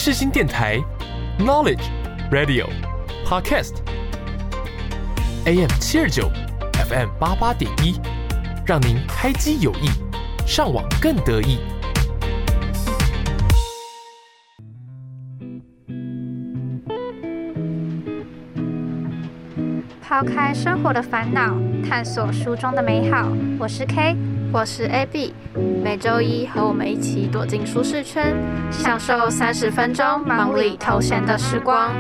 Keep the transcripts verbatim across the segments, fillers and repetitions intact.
世新电台 Knowledge Radio Podcast。A M 七二九 F M 八八点一，让您开机有益，上网更得意。 抛开生活的烦恼，探索书中的美好。我是 K， 我是 A B， 每周一和我们一起躲进舒适圈，享受三十分钟忙里偷闲的时光。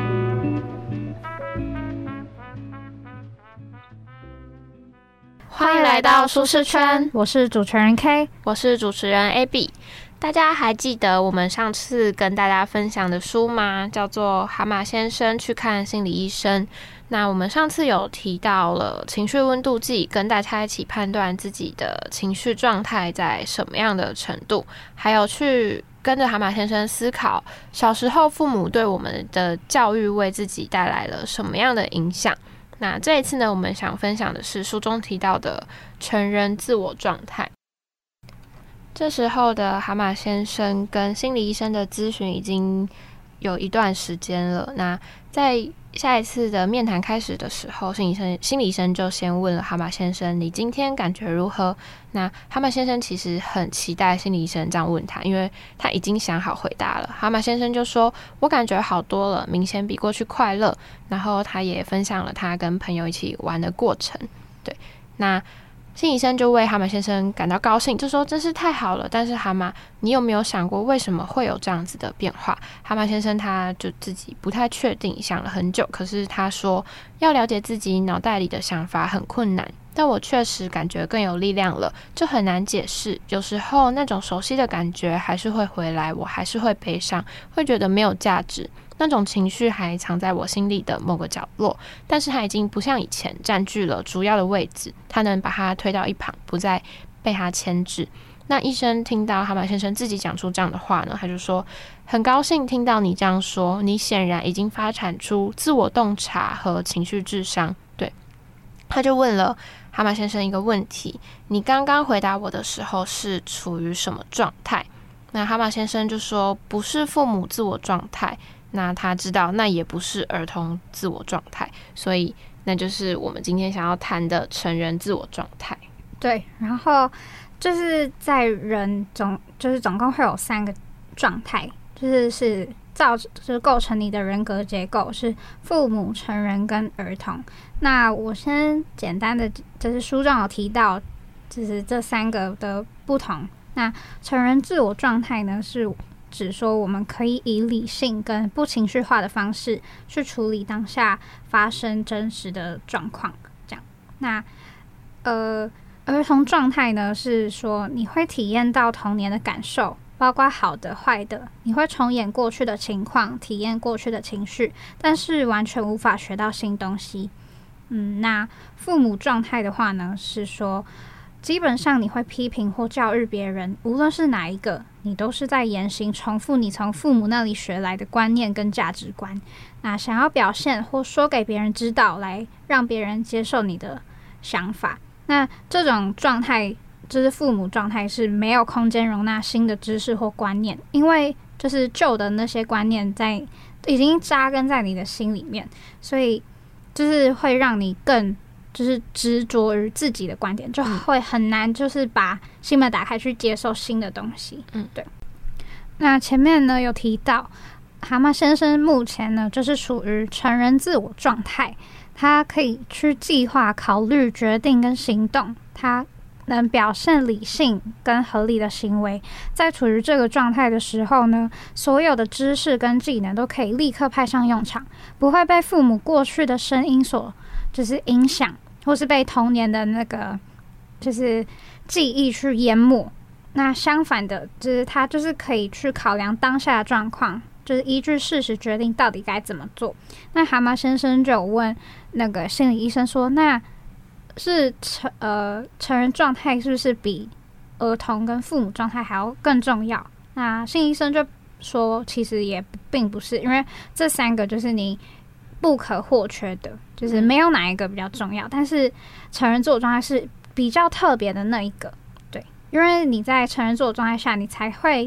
欢迎来到舒适圈， 我是主持人 K， 我是主持人 A B。大家还记得我们上次跟大家分享的书吗？叫做《蛤蟆先生去看心理医生》。那我们上次有提到了情绪温度计，跟大家一起判断自己的情绪状态在什么样的程度，还有去跟着蛤蟆先生思考，小时候父母对我们的教育为自己带来了什么样的影响。那这一次呢，我们想分享的是书中提到的成人自我状态。这时候的蛤蟆先生跟心理医生的咨询已经有一段时间了。那在下一次的面谈开始的时候，心理医生心理医生就先问了蛤蟆先生：“你今天感觉如何？”那蛤蟆先生其实很期待心理医生这样问他，因为他已经想好回答了。蛤蟆先生就说：“我感觉好多了，明显比过去快乐。”然后他也分享了他跟朋友一起玩的过程。对，那心理医生就为蛤蟆先生感到高兴，就说真是太好了。但是蛤蟆，你有没有想过为什么会有这样子的变化？蛤蟆先生他就自己不太确定，想了很久。可是他说，要了解自己脑袋里的想法很困难，但我确实感觉更有力量了，就很难解释。有时候那种熟悉的感觉还是会回来，我还是会悲伤，会觉得没有价值。那种情绪还藏在我心里的某个角落，但是它已经不像以前占据了主要的位置，它能把它推到一旁，不再被它牵制。那医生听到蛤蟆先生自己讲出这样的话呢，他就说：“很高兴听到你这样说，你显然已经发展出自我洞察和情绪智商。”对，他就问了蛤蟆先生一个问题：“你刚刚回答我的时候是处于什么状态？”那蛤蟆先生就说：“不是父母自我状态。”那他知道那也不是儿童自我状态，所以那就是我们今天想要谈的成人自我状态。 对，然后就是在人总就是总共会有三个状态，就是是造就是构成你的人格结构，是父母、成人跟儿童。那我先简单的，就是书中有提到，就是这三个的不同。那成人自我状态呢，是指说我们可以以理性跟不情绪化的方式去处理当下发生真实的状况，这样。那呃，儿童状态呢，是说你会体验到童年的感受，包括好的、坏的，你会重演过去的情况，体验过去的情绪，但是完全无法学到新东西。嗯，那父母状态的话呢，是说基本上你会批评或教育别人，无论是哪一个，你都是在言行重复你从父母那里学来的观念跟价值观。那想要表现或说给别人知道，来让别人接受你的想法。那这种状态就是父母状态，是没有空间容纳新的知识或观念，因为就是旧的那些观念在已经扎根在你的心里面，所以就是会让你更就是执着于自己的观点，就会很难就是把心门打开去接受新的东西。嗯，对。那前面呢有提到，蛤蟆先生目前呢就是属于成人自我状态，他可以去计划、考虑、决定跟行动，他能表现理性跟合理的行为。在处于这个状态的时候呢，所有的知识跟技能都可以立刻派上用场，不会被父母过去的声音所就是影响，或是被童年的那个就是记忆去淹没。那相反的，就是他就是可以去考量当下的状况，就是依据事实决定到底该怎么做。那蛤蟆先生就有问那个心理医生说，那是成呃成人状态是不是比儿童跟父母状态还要更重要？那心理医生就说，其实也并不是，因为这三个就是你不可或缺的，就是没有哪一个比较重要，但是成人自我状态是比较特别的那一个。对，因为你在成人自我状态下，你才会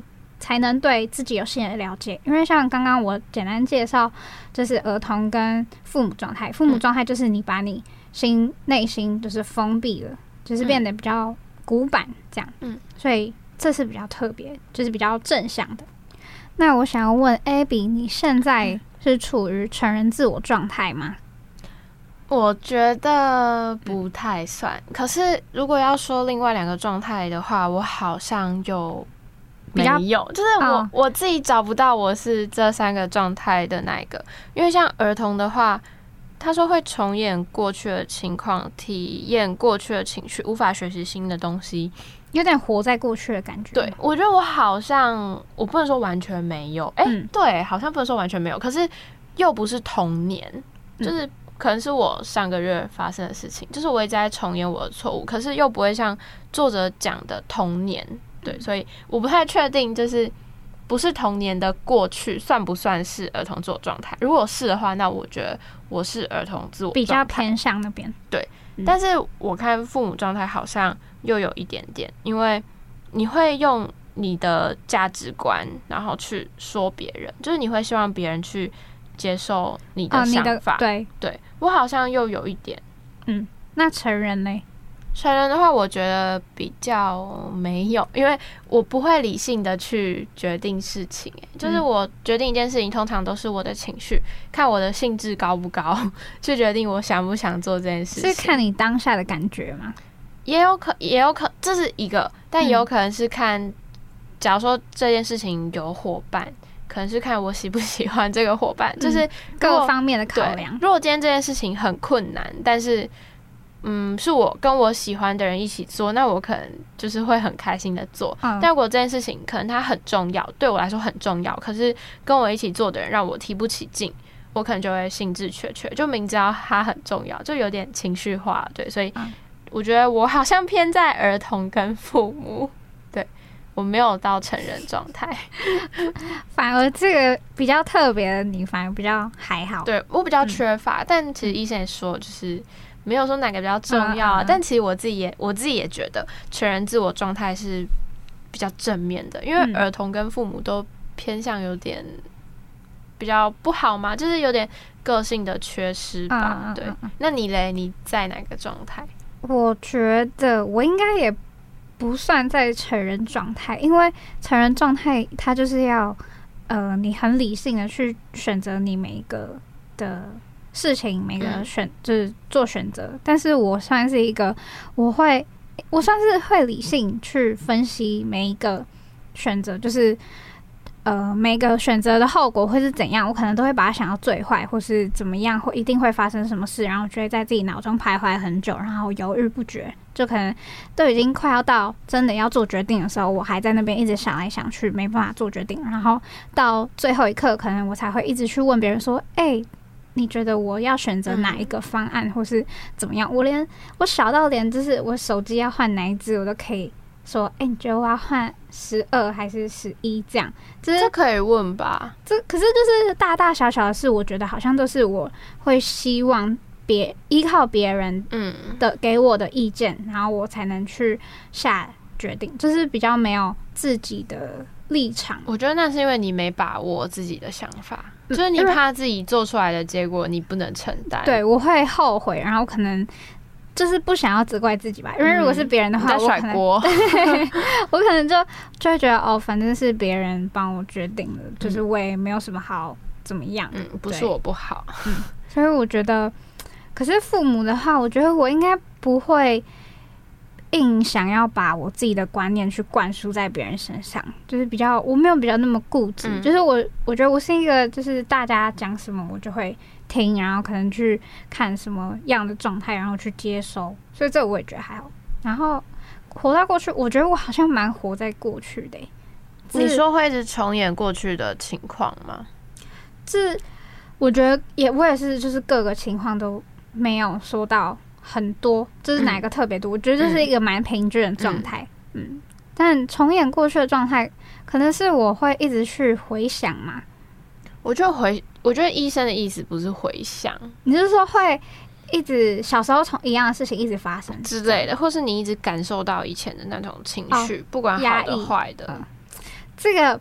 才能对自己有新的了解。因为像刚刚我简单介绍，就是儿童跟父母状态，父母状态就是你把你心内心就是封闭了，就是变得比较古板这样，嗯，所以这是比较特别，就是比较正向的。那我想要问 Abby， 你现在是处于成人自我状态吗？ 我觉得不太算，可是如果要说另外两个状态的话，我好像又没有，就是我、哦、我自己找不到我是这三个状态的哪一个。因为像儿童的话，他说会重演过去的情况，体验过去的情绪，无法学习新的东西， 有点活在过去的感觉。 对，我觉得我好像我不能说完全没有，哎、欸嗯，对，好像不能说完全没有，可是又不是童年，就是。可能是我上个月发生的事情，就是我一直在重演我的错误，可是又不会像作者讲的童年，对，所以我不太确定，就是不是童年的过去算不算是儿童自我状态？如果是的话，那我觉得我是儿童自我状态， 比较偏向那边。 对、嗯，但是我看父母状态好像又有一点点，因为你会用你的价值观，然后去说别人，就是你会希望别人去接受你的想法，哦、 对对，我好像又有一点， 嗯，那成人呢？ 成人的话，我觉得比较没有，因为我不会理性的去决定事情，就是我决定一件事情，通常都是我的情绪，看我的兴致高不高，去决定我想不想做这件事情。 是看你当下的感觉吗？ 也有可，也有可，这是一个，但也有可能是看，嗯、假如说这件事情有伙伴。可能是看我喜不喜欢这个伙伴，嗯、就是各方面的考量。 如果今天这件事情很困难，但是嗯，是我跟我喜欢的人一起做，那我可能就是会很开心的做。嗯、但如果这件事情可能它很重要，对我来说很重要，可是跟我一起做的人让我提不起劲，我可能就会兴致缺缺，就明知道它很重要，就有点情绪化。对，所以我觉得我好像偏在儿童跟父母。我没有到成人状态， 反而这个比较特别的你反而比较还好。 对，我比较缺乏，嗯、但其实医生也说，就是没有说哪个比较重要啊。嗯、但其实我自己也我自己也觉得，成人自我状态是比较正面的，因为儿童跟父母都偏向有点比较不好嘛，就是有点个性的缺失吧。嗯、对，那你嘞？你在哪个状态？ 我觉得我应该也。不算在成人状态，因为成人状态它就是要，呃，你很理性的去选择你每一个的事情，每个选、嗯、就是做选择。但是我算是一个，我会，我算是会理性去分析每一个选择，就是呃每个选择的后果会是怎样，我可能都会把它想到最坏，或是怎么样，或一定会发生什么事，然后就会在自己脑中徘徊很久，然后犹豫不决。就可能都已经快要到真的要做决定的时候，我还在那边一直想来想去，没办法做决定。然后到最后一刻，可能我才会一直去问别人说：“哎、欸，你觉得我要选择哪一个方案，或是怎么样？”我连我小到连就是我手机要换哪一支，我都可以说：“哎、欸，你觉得我要换十二还是十一？”这样，就是这可以问吧？ 这可是就是大大小小的事，我觉得好像都是我会希望。别依靠别人的给我的意见、嗯，然后我才能去下决定，就是比较没有自己的立场。 我觉得那是因为你没把握自己的想法，嗯、就是你怕自己做出来的结果你不能承担。 对，我会后悔，然后可能就是不想要责怪自己吧，因为如果是别人的话， 嗯、我在甩锅， 我可能就就会觉得哦，反正是别人帮我决定的，就是我也没有什么好怎么样， 嗯，不是我不好， 嗯，所以我觉得。可是父母的话，我觉得我应该不会硬想要把我自己的观念去灌输在别人身上，就是比较我没有比较那么固执、嗯，就是我我觉得我是一个就是大家讲什么我就会听，然后可能去看什么样的状态，然后去接收，所以这我也觉得还好。然后活在过去，我觉得我好像蛮活在过去的、欸。 你说会一直重演过去的情况吗？ 这我觉得也我也是，就是各个情况都。没有说到很多，就是哪个特别多、嗯，我觉得这是一个蛮平均的状态、嗯。嗯，但重演过去的状态，可能是我会一直去回想嘛。 我觉得回，我觉得医生的意思不是回想， 你是说会一直小时候从一样的事情一直发生之类的，或是你一直感受到以前的那种情绪、哦，不管好的坏的。 嗯，这个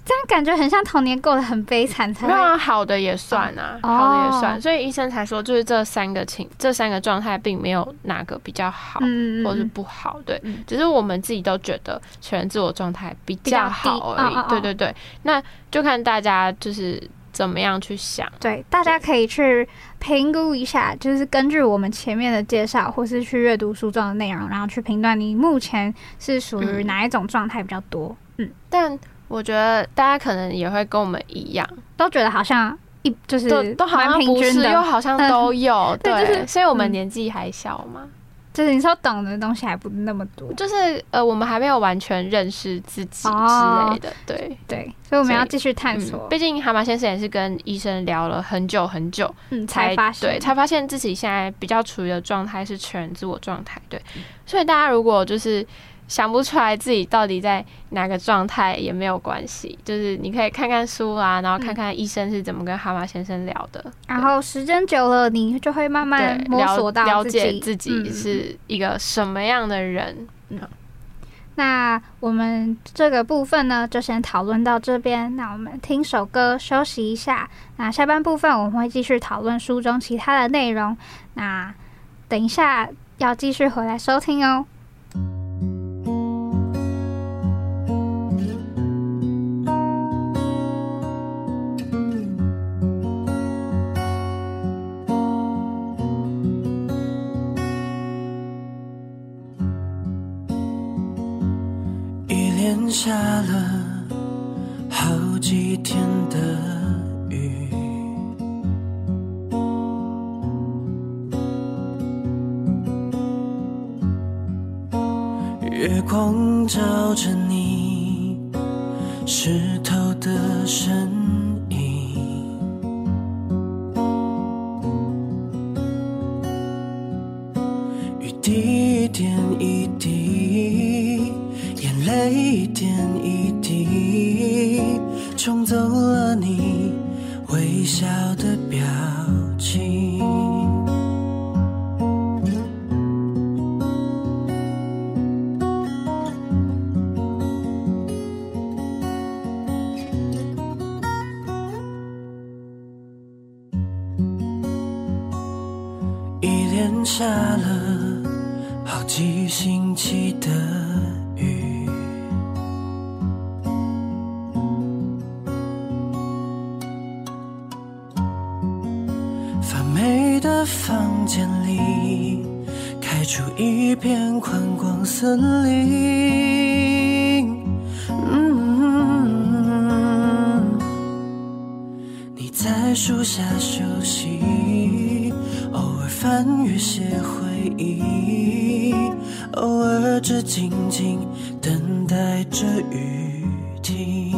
这样感觉很像童年过得很悲惨才会。 没有啊，好的也算啊， 哦、 好的也算，所以医生才说，就是这三个情，这三个状态并没有哪个比较好，嗯、或是不好，对，嗯、只是我们自己都觉得全然自我状态比较好而已。哦哦哦对对对，那就看大家就是怎么样去想。 对，大家可以去评估一下，就是根据我们前面的介绍，或是去阅读书中的内容，然后去评断你目前是属于哪一种状态比较多。嗯， 但我觉得大家可能也会跟我们一样， 都觉得好像一就是都都好像不是，又好像都有，嗯、对，对就是、所以我们年纪还小嘛。嗯就是你说懂的东西还不那么多， 就是呃，我们还没有完全认识自己之类的，哦、对对，所以我们要继续探索。 毕、嗯、竟蛤蟆先生也是跟医生聊了很久很久， 嗯，才发现， 对，才发现自己现在比较处于的状态是全自我状态，对。所以大家如果就是想不出来自己到底在哪个状态也没有关系，就是你可以看看书啊，然后看看医生是怎么跟蛤蟆先生聊的。 然后时间久了，你就会慢慢摸索到自己了解自己是一个什么样的人。嗯嗯、 那我们这个部分呢，就先讨论到这边。那我们听首歌休息一下。那下半部分我们会继续讨论书中其他的内容。那等一下要继续回来收听哦。 下了好几天的雨，月光照着你湿透的身影，雨滴一点一滴，眼泪一点一滴，冲走了你微笑的表情。一连下了好几星期的雨，发霉的房间里开出一片宽广森林，嗯，你在树下休息，偶尔翻阅些回忆，偶尔只静静等待着雨停。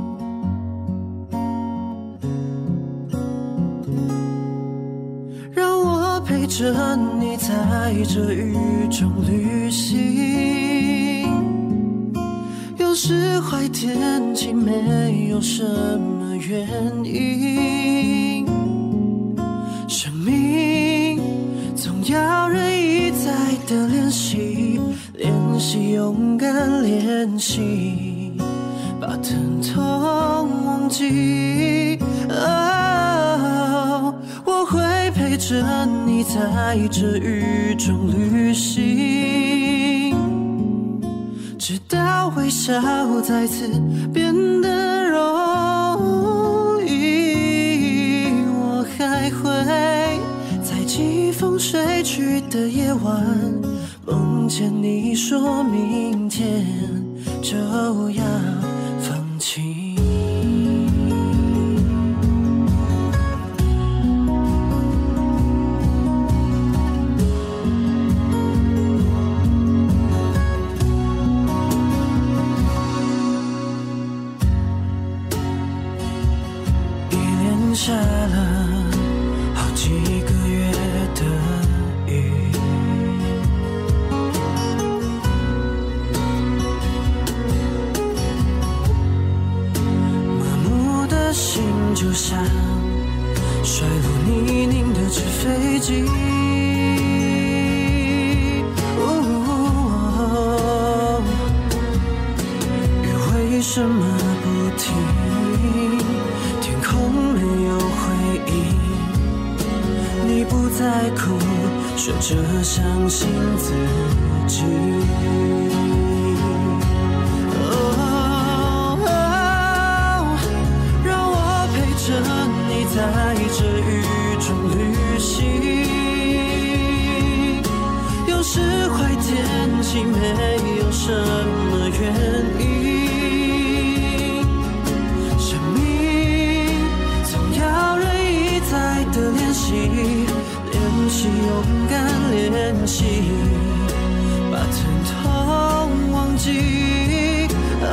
让我陪着你在这雨中旅行，有时坏天气没有什么原因，生命总要人一再的练习，练习勇敢，练习把疼痛忘记。哦，我会陪着你在这雨中旅行，直到微笑再次变得容易。我还会在季风吹去的夜晚，梦见你说明天就要放弃。下了好几个月的雨，麻木的心就像摔入泥泞的纸飞机，哦，雨为什么不停停，天空没有回应，你不再哭，学着相信自己。哦哦，让我陪着你在这雨中旅行，有时坏天气没有什么原因，生命总要人一再的练习，练习勇敢，练习把疼痛忘记。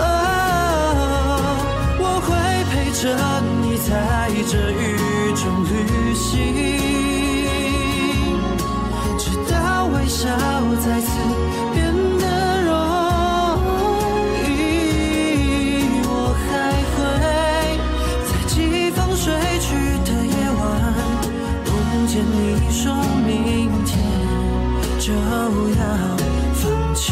哦，我会陪着你在这雨中旅行，直到微笑再次变得容易。我还会在季风吹去的夜晚，梦见你说明天就要放弃。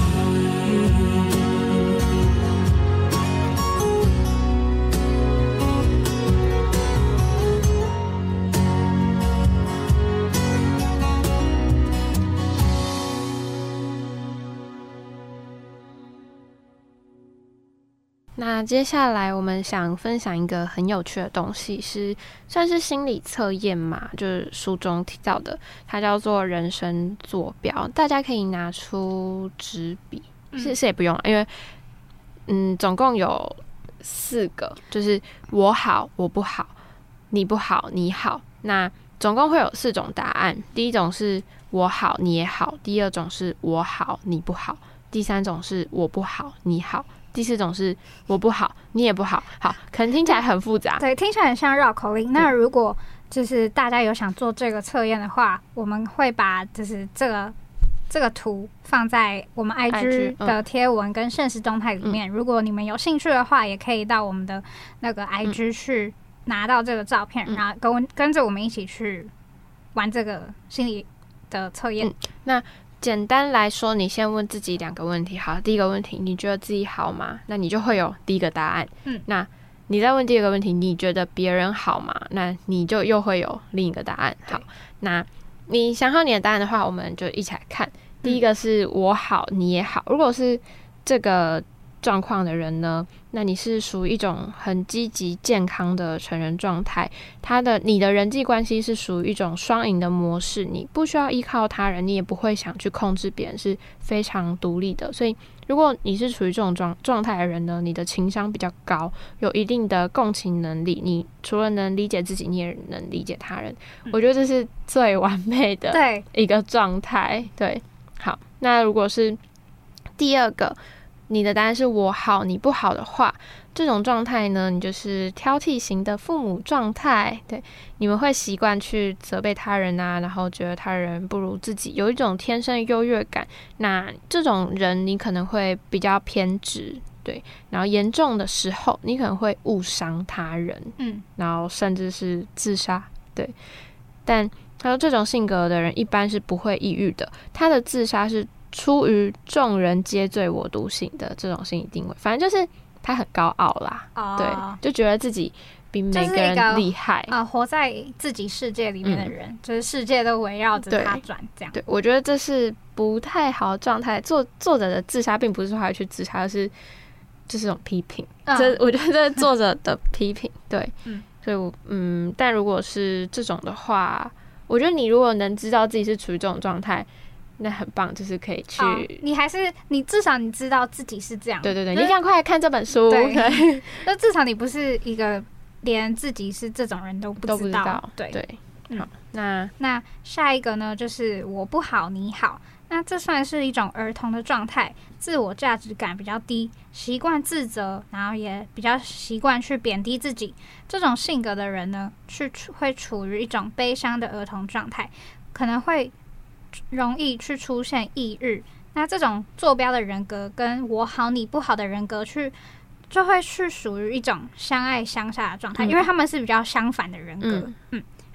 那接下来我们想分享一个很有趣的东西，是算是心理测验嘛，就是书中提到的，它叫做人生坐标。大家可以拿出纸笔，是是也不用，因为嗯，总共有四个，就是我好，我不好，你不好，你好。那总共会有四种答案，第一种是我好，你也好；第二种是我好，你不好；第三种是我不好，你好。第四种是我不好，你也不好。好，可能听起来很复杂， 对，听起来很像绕口令。那如果就是大家有想做这个测验的话，我们会把就是这个这个图放在我们 I G 的贴文跟限时动态里面。嗯、如果你们有兴趣的话，也可以到我们的那个 I G 去拿到这个照片，嗯、然后跟跟着我们一起去玩这个心理的测验。嗯、 那简单来说，你先问自己两个问题。好，第一个问题，你觉得自己好吗？那你就会有第一个答案。嗯，那你再问第二个问题，你觉得别人好吗？那你就又会有另一个答案。好，那你想好你的答案的话，我们就一起来看。第一个是我好，你也好。如果是这个状况的人呢，那你是属于一种很积极健康的成人状态，他的你的人际关系是属于一种双赢的模式，你不需要依靠他人，你也不会想去控制别人，是非常独立的。所以如果你是处于这种状状态的人呢，你的情商比较高，有一定的共情能力，你除了能理解自己，你也能理解他人。嗯、我觉得这是最完美的一个状态。对，好，那如果是第二个，你的答案是我好你不好的话，这种状态呢，你就是挑剔型的父母状态。对，你们会习惯去责备他人啊，然后觉得他人不如自己，有一种天生优越感。那这种人你可能会比较偏执，对，然后严重的时候你可能会误伤他人，嗯，然后甚至是自杀，对。但他说这种性格的人一般是不会抑郁的，他的自杀是出于众人皆醉我独醒的这种心理定位，反正就是他很高傲啦，哦、对，就觉得自己比每个人厉害啊、呃，活在自己世界里面的人，嗯、就是世界都围绕着他转，这样。 对，我觉得这是不太好的状态。作作者的自杀并不是说他去自杀，而是这是种批评。嗯、这我觉得这是作者的批评，对，嗯，所以我嗯，但如果是这种的话，我觉得你如果能知道自己是处于这种状态。那很棒，就是可以去、哦、 你还是你至少你知道自己是这样， 对对对，你赶快来看这本书，对， 那至少你不是一个连自己是这种人都不知道， 都不知道， 对对，好，嗯、那那下一个呢，就是我不好你好，那这算是一种儿童的状态，自我价值感比较低，习惯自责，然后也比较习惯去贬低自己，这种性格的人呢，去会处于一种悲伤的儿童状态，可能会容易去出现抑郁。那这种坐标的人格跟我好你不好的人格去就会去属于一种相爱相杀的状态、嗯、因为他们是比较相反的人格。 嗯, 嗯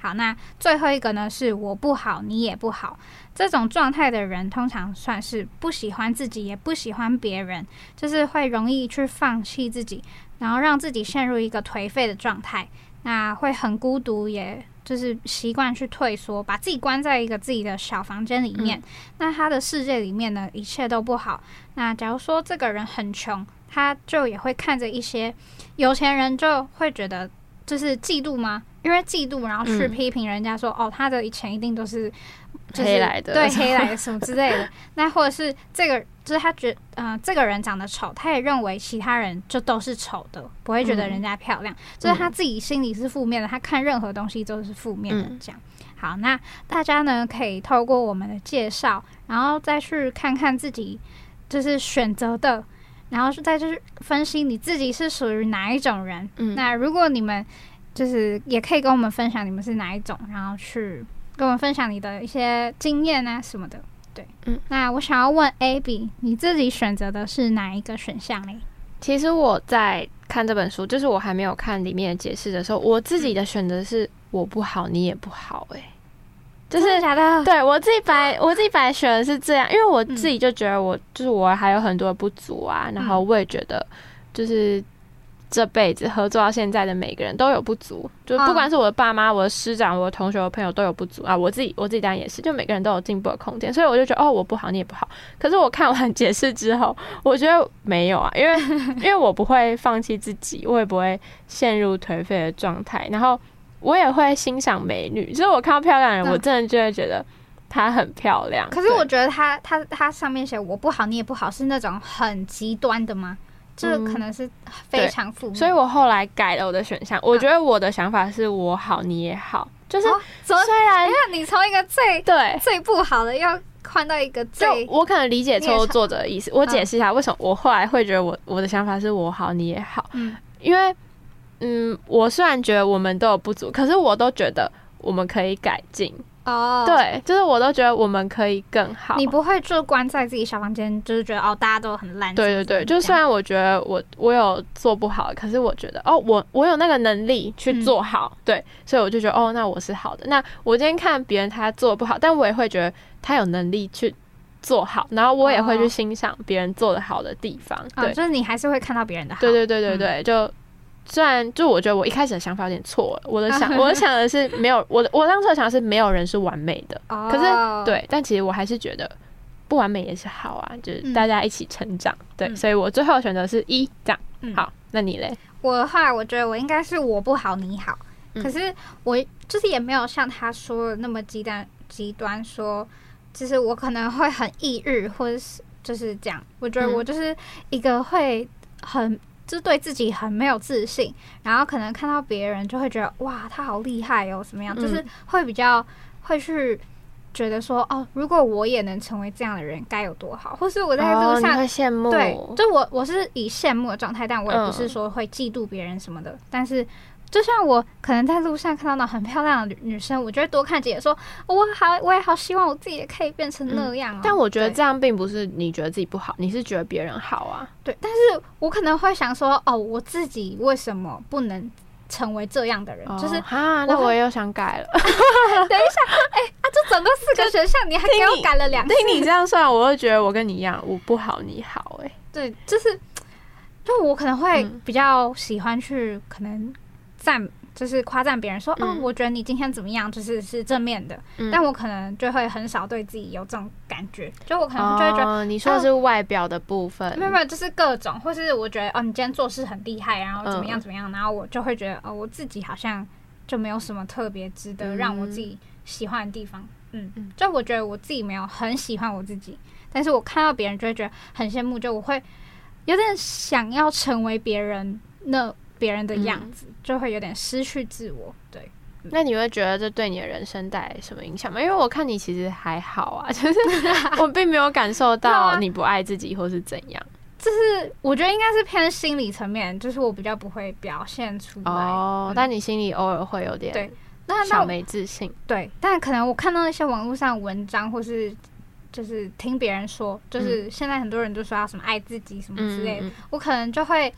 好，那最后一个呢是我不好，你也不好。这种状态的人通常算是不喜欢自己，也不喜欢别人，就是会容易去放弃自己，然后让自己陷入一个颓废的状态。那会很孤独，也就是习惯去退缩，把自己关在一个自己的小房间里面。嗯、那他的世界里面呢，一切都不好。那假如说这个人很穷，他就也会看着一些有钱人，就会觉得就是嫉妒吗？因为嫉妒，然后去批评人家说，嗯、哦，他的钱一定都是、就是、 黑来的， 对，黑来的什么之类的。那或者是这个，就是他觉得，呃，这个人长得丑，他也认为其他人就都是丑的，不会觉得人家漂亮。嗯、就是他自己心里是负面的，他看任何东西都是负面的。这样，嗯、好，那大家呢可以透过我们的介绍，然后再去看看自己就是选择的。然后再就是分析你自己是属于哪一种人。嗯、那如果你们就是也可以跟我们分享你们是哪一种，然后去跟我们分享你的一些经验啊什么的。对，嗯，那我想要问 Abby， 你自己选择的是哪一个选项呢？ 其实我在看这本书，就是我还没有看里面的解释的时候，我自己的选择是我不好，你也不好、欸。哎。就是真的假的？ 对，我自己本来我自己本来选的是这样，因为我自己就觉得我、嗯、就是我还有很多的不足啊，然后我也觉得就是这辈子合作到现在的每个人都有不足，就不管是我的爸妈、我的师长、我的同学、我的朋友都有不足啊，我自己我自己当然也是，就每个人都有进步的空间，所以我就觉得哦，我不好，你也不好。可是我看完解释之后，我觉得没有啊，因为因为我不会放弃自己，我也不会陷入颓废的状态，然后。我也会欣赏美女，就是我看到漂亮的人，嗯、我真的就会觉得她很漂亮。 可是我觉得她她她上面写我不好，你也不好，是那种很极端的吗？这可能是非常负面、嗯。所以我后来改了我的选项，我觉得我的想法是我好，你也好，就是虽然、 哦、你从一个最对最不好的要换到一个最， 我可能理解错作者的意思。我解释一下为什么我后来会觉得我我的想法是我好，你也好，嗯，因为。嗯，我虽然觉得我们都有不足，可是我都觉得我们可以改进。哦，对，就是我都觉得我们可以更好。 你不会就关在自己小房间，就是觉得哦，大家都很烂。 对对对，就虽然我觉得我我有做不好，可是我觉得哦，我我有那个能力去做好，嗯、对，所以我就觉得哦，那我是好的。那我今天看别人他做不好，但我也会觉得他有能力去做好，然后我也会去欣赏别人做得好的地方。 哦、对、哦，就是你还是会看到别人的好。 对对对对对，嗯、就。虽然就我觉得我一开始的想法有点错了，我的想我想的是没有我我当时想的是没有人是完美的，哦、可是对，但其实我还是觉得不完美也是好啊，就是大家一起成长，嗯、对，所以我最后选择是一这样。嗯、好，那你嘞？ 我的话，我觉得我应该是我不好你好，嗯、可是我就是也没有像他说的那么极端极端说，就是我可能会很抑郁或者是就是这样。我觉得我就是一个会很。就是对自己很没有自信，然后可能看到别人就会觉得哇，他好厉害哦，怎么样？嗯、就是会比较会去觉得说哦，如果我也能成为这样的人，该有多好。或是我在路上， 哦、你会羡慕， 对，就我我是以羡慕的状态，但我也不是说会嫉妒别人什么的，嗯、但是。就像我可能在路上看到那很漂亮的女生，我就会多看几眼，说我好，我也好希望我自己也可以变成那样、哦嗯。 但我觉得这样并不是你觉得自己不好，你是觉得别人好啊。 对，但是我可能会想说，哦，我自己为什么不能成为这样的人？哦、就是啊，那我又想改了。 等一下，哎、欸、啊，这总共四个选项，你还给我改了两次。 听你这样算，我会觉得我跟你一样，我不好，你好、欸。哎， 对，就是，就我可能会比较喜欢去可能赞。就是夸赞别人说，嗯、哦，我觉得你今天怎么样，就是是正面的，嗯、但我可能就会很少对自己有这种感觉，就我可能就会觉得， 哦、你说的是外表的部分， 没有没有，就是各种，或是我觉得哦，你今天做事很厉害，然后怎么样怎么样，嗯、然后我就会觉得哦，我自己好像就没有什么特别值得让我自己喜欢的地方，嗯嗯，就我觉得我自己没有很喜欢我自己，但是我看到别人就会觉得很羡慕，就我会有点想要成为别人那。别人的样子、嗯、就会有点失去自我，对。 那你会觉得这对你的人生带来什么影响吗？因为我看你其实还好啊，就是我并没有感受到你不爱自己或是怎样。 就是我觉得应该是偏心理层面，就是我比较不会表现出来。 哦，嗯、但你心里偶尔会有点对，那小没自信。 对，但可能我看到那些网络上文章，或是就是听别人说，就是现在很多人都说要什么爱自己什么之类的，嗯、我可能就会。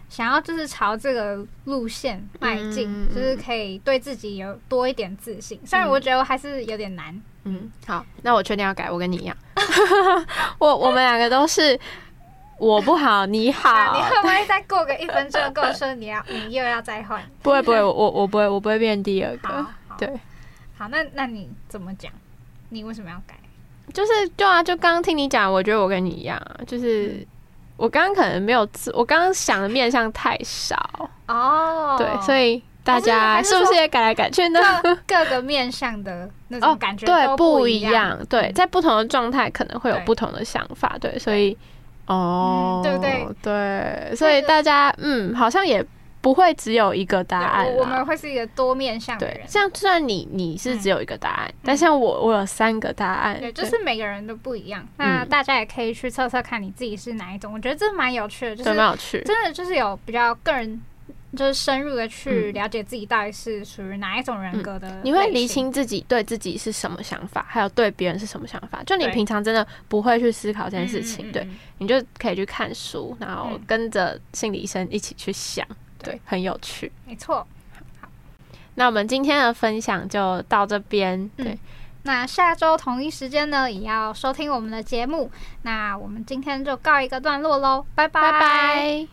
想要就是朝这个路线迈进，嗯、就是可以对自己有多一点自信。虽然我觉得我还是有点难。 嗯，好，那我确定要改，我跟你一样。我我们两个都是我不好，你好。啊、 你会不会再过个一分钟跟我说你要你又要再换？ 不会不会，我我不会我不会变第二个。 好好对， 好，那那你怎么讲？你为什么要改？ 就是对啊，就刚刚听你讲，我觉得我跟你一样啊，就是。嗯我刚刚可能没有自，我刚刚想的面向太少哦，对，所以大家是不是也改来改去呢？ 各个面向的那种感觉都对不一样，对，在不同的状态可能会有不同的想法，对，所以哦、 嗯，对不对？ 对，所以大家嗯，好像也不会只有一个答案， 我们会是一个多面向的人。 对，像虽然你你是只有一个答案，嗯、但像我我有三个答案， 对，就是每个人都不一样。那大家也可以去测测看你自己是哪一种，我觉得这蛮有趣的，就是蛮有趣， 真的就是有比较个人。就是深入的去了解自己到底是属于哪一种人格的、嗯， 你会厘清自己对自己是什么想法，还有对别人是什么想法。就你平常真的不会去思考这件事情，对，你就可以去看书，然后跟着心理医生一起去想，对，对很有趣。 没错。好， 那我们今天的分享就到这边，对。嗯那下周同一时间呢，也要收听我们的节目。那我们今天就告一个段落喽，拜拜拜拜。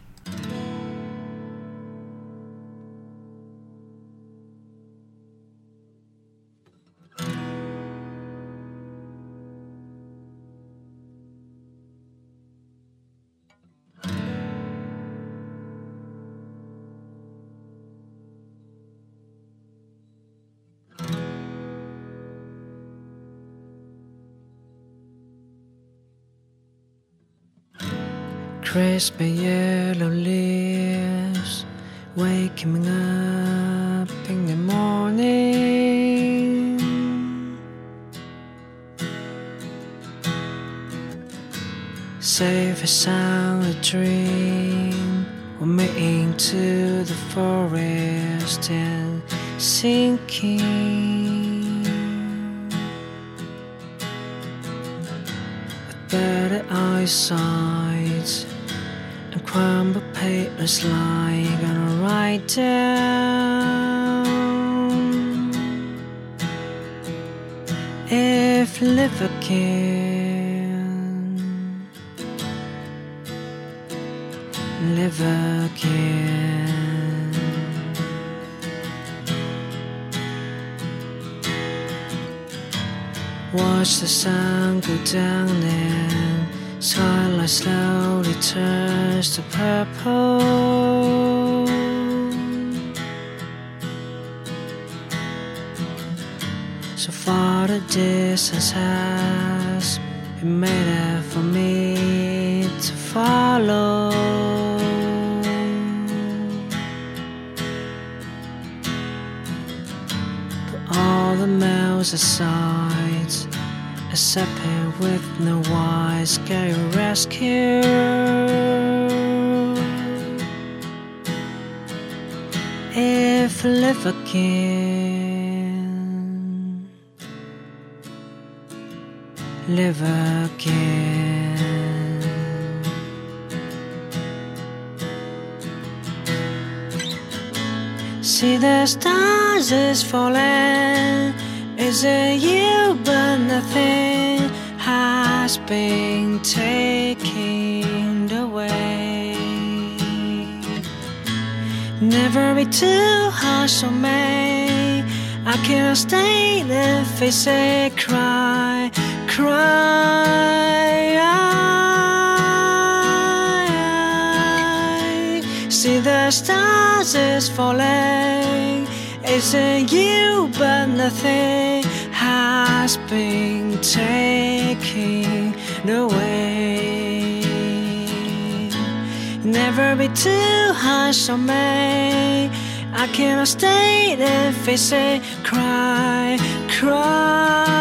Crispy yellow leaves waking me up in the morning. Safe as sound a dream, we're meeting to the forest and sinking. With better eyesight and crumbled papers lying gonna write down. If live again, live again. Watch the sun go down and skylight slowly turns to purple. So far the distance has been made up for me to follow. Put all the miles aside, accept it with no wise scary rescue. If I live again, live again. See the stars is falling. Is it you? But nothing has been taken away. Never be too harsh on me. I cannot stay and face it. Cry, cry. See the stars is falling. Isn't you, but nothing has been taken away. Never be too harsh on me. I cannot stay and face it. Cry, cry.